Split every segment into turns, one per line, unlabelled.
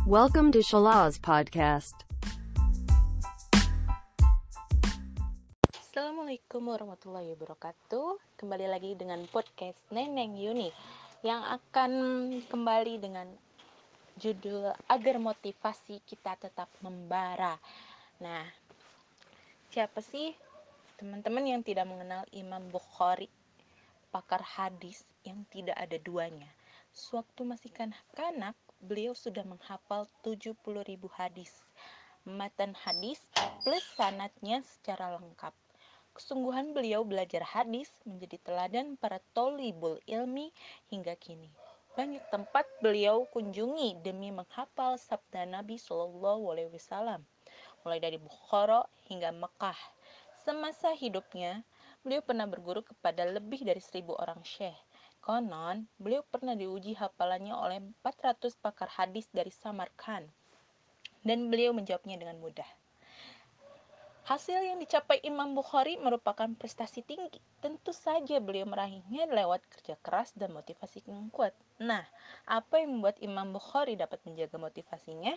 Welcome to Shalaz Podcast.
Assalamualaikum warahmatullahi wabarakatuh. Kembali lagi dengan podcast Neneng Yuni yang akan kembali dengan judul agar motivasi kita tetap membara. Nah, siapa sih teman-teman yang tidak mengenal Imam Bukhari, pakar hadis yang tidak ada duanya? Sewaktu masih kanak-kanak, beliau sudah menghafal 70.000 hadis, matan hadis plus sanadnya secara lengkap. Kesungguhan beliau belajar hadis menjadi teladan para tholibul ilmi hingga kini. Banyak tempat beliau kunjungi demi menghafal sabda Nabi Shallallahu Alaihi Wasallam, mulai dari Bukhara hingga Mekah. Semasa hidupnya, beliau pernah berguru kepada lebih dari 1.000 orang syekh. Konon, beliau pernah diuji hafalannya oleh 400 pakar hadis dari Samarkand, dan beliau menjawabnya dengan mudah. Hasil yang dicapai Imam Bukhari merupakan prestasi tinggi. Tentu saja beliau meraihnya lewat kerja keras dan motivasi yang kuat. Nah, apa yang membuat Imam Bukhari dapat menjaga motivasinya?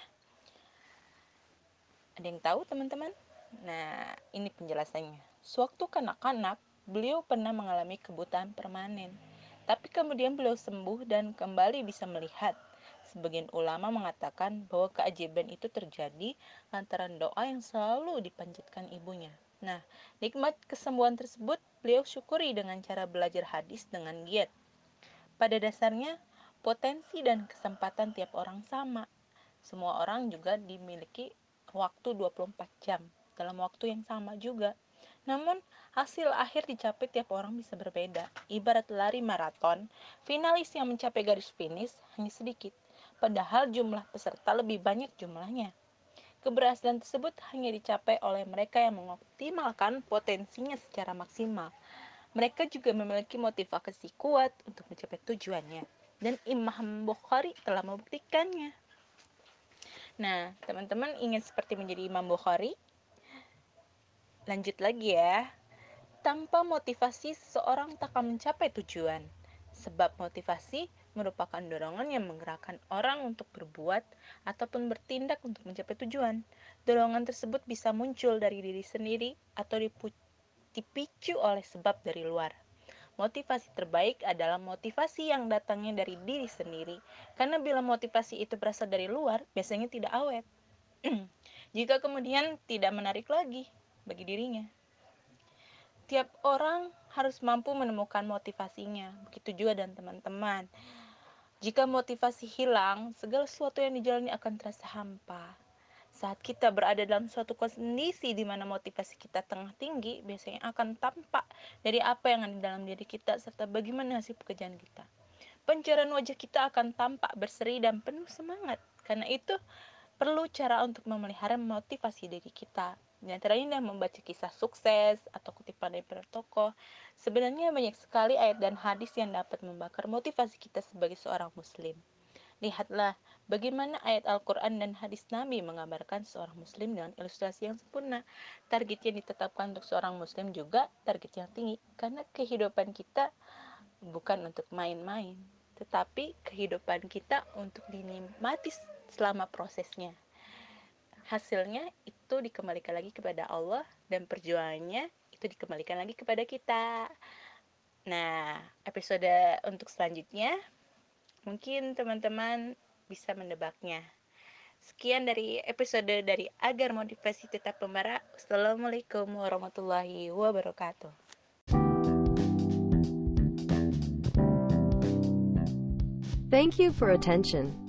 Ada yang tahu, teman-teman? Nah, ini penjelasannya. Sewaktu kanak-kanak, beliau pernah mengalami kebutaan permanen. Tapi kemudian beliau sembuh dan kembali bisa melihat. Sebagian ulama mengatakan bahwa keajaiban itu terjadi lantaran doa yang selalu dipanjatkan ibunya. Nah, nikmat kesembuhan tersebut beliau syukuri dengan cara belajar hadis dengan giat. Pada dasarnya, potensi dan kesempatan tiap orang sama. Semua orang juga dimiliki waktu 24 jam dalam waktu yang sama juga. Namun, hasil akhir dicapai tiap orang bisa berbeda. Ibarat lari maraton, finalis yang mencapai garis finish hanya sedikit, padahal jumlah peserta lebih banyak jumlahnya. Keberhasilan tersebut hanya dicapai oleh mereka yang mengoptimalkan potensinya secara maksimal. Mereka juga memiliki motivasi kuat untuk mencapai tujuannya, dan Imam Bukhari telah membuktikannya. Nah, teman-teman ingin seperti menjadi Imam Bukhari? Lanjut lagi ya. Tanpa motivasi, seseorang tak akan mencapai tujuan. Sebab motivasi merupakan dorongan yang menggerakkan orang untuk berbuat ataupun bertindak untuk mencapai tujuan. Dorongan tersebut bisa muncul dari diri sendiri atau dipicu oleh sebab dari luar. Motivasi terbaik adalah motivasi yang datangnya dari diri sendiri. Karena bila motivasi itu berasal dari luar, biasanya tidak awet. Jika kemudian tidak menarik lagi bagi dirinya. Tiap orang harus mampu menemukan motivasinya. Begitu juga dan teman-teman. Jika motivasi hilang, segala sesuatu yang dijalani akan terasa hampa. Saat kita berada dalam suatu kondisi di mana motivasi kita tengah tinggi, biasanya akan tampak dari apa yang ada di dalam diri kita serta bagaimana hasil pekerjaan kita. Pencerahan wajah kita akan tampak berseri dan penuh semangat. Karena itu, perlu cara untuk memelihara motivasi diri kita. Di antaranya dengan membaca kisah sukses atau kutipan dari para tokoh. Sebenarnya banyak sekali ayat dan hadis yang dapat membakar motivasi kita sebagai seorang muslim. Lihatlah bagaimana ayat Al-Quran dan hadis Nabi menggambarkan seorang muslim dengan ilustrasi yang sempurna. Target yang ditetapkan untuk seorang muslim juga target yang tinggi. Karena kehidupan kita bukan untuk main-main, tetapi kehidupan kita untuk dinikmati selama prosesnya. Hasilnya itu dikembalikan lagi kepada Allah dan perjuangannya itu dikembalikan lagi kepada kita. Nah, episode untuk selanjutnya mungkin teman-teman bisa mendebaknya. Sekian dari episode dari Agar Motivasi Tetap Membara. Assalamualaikum warahmatullahi wabarakatuh.
Thank you for attention.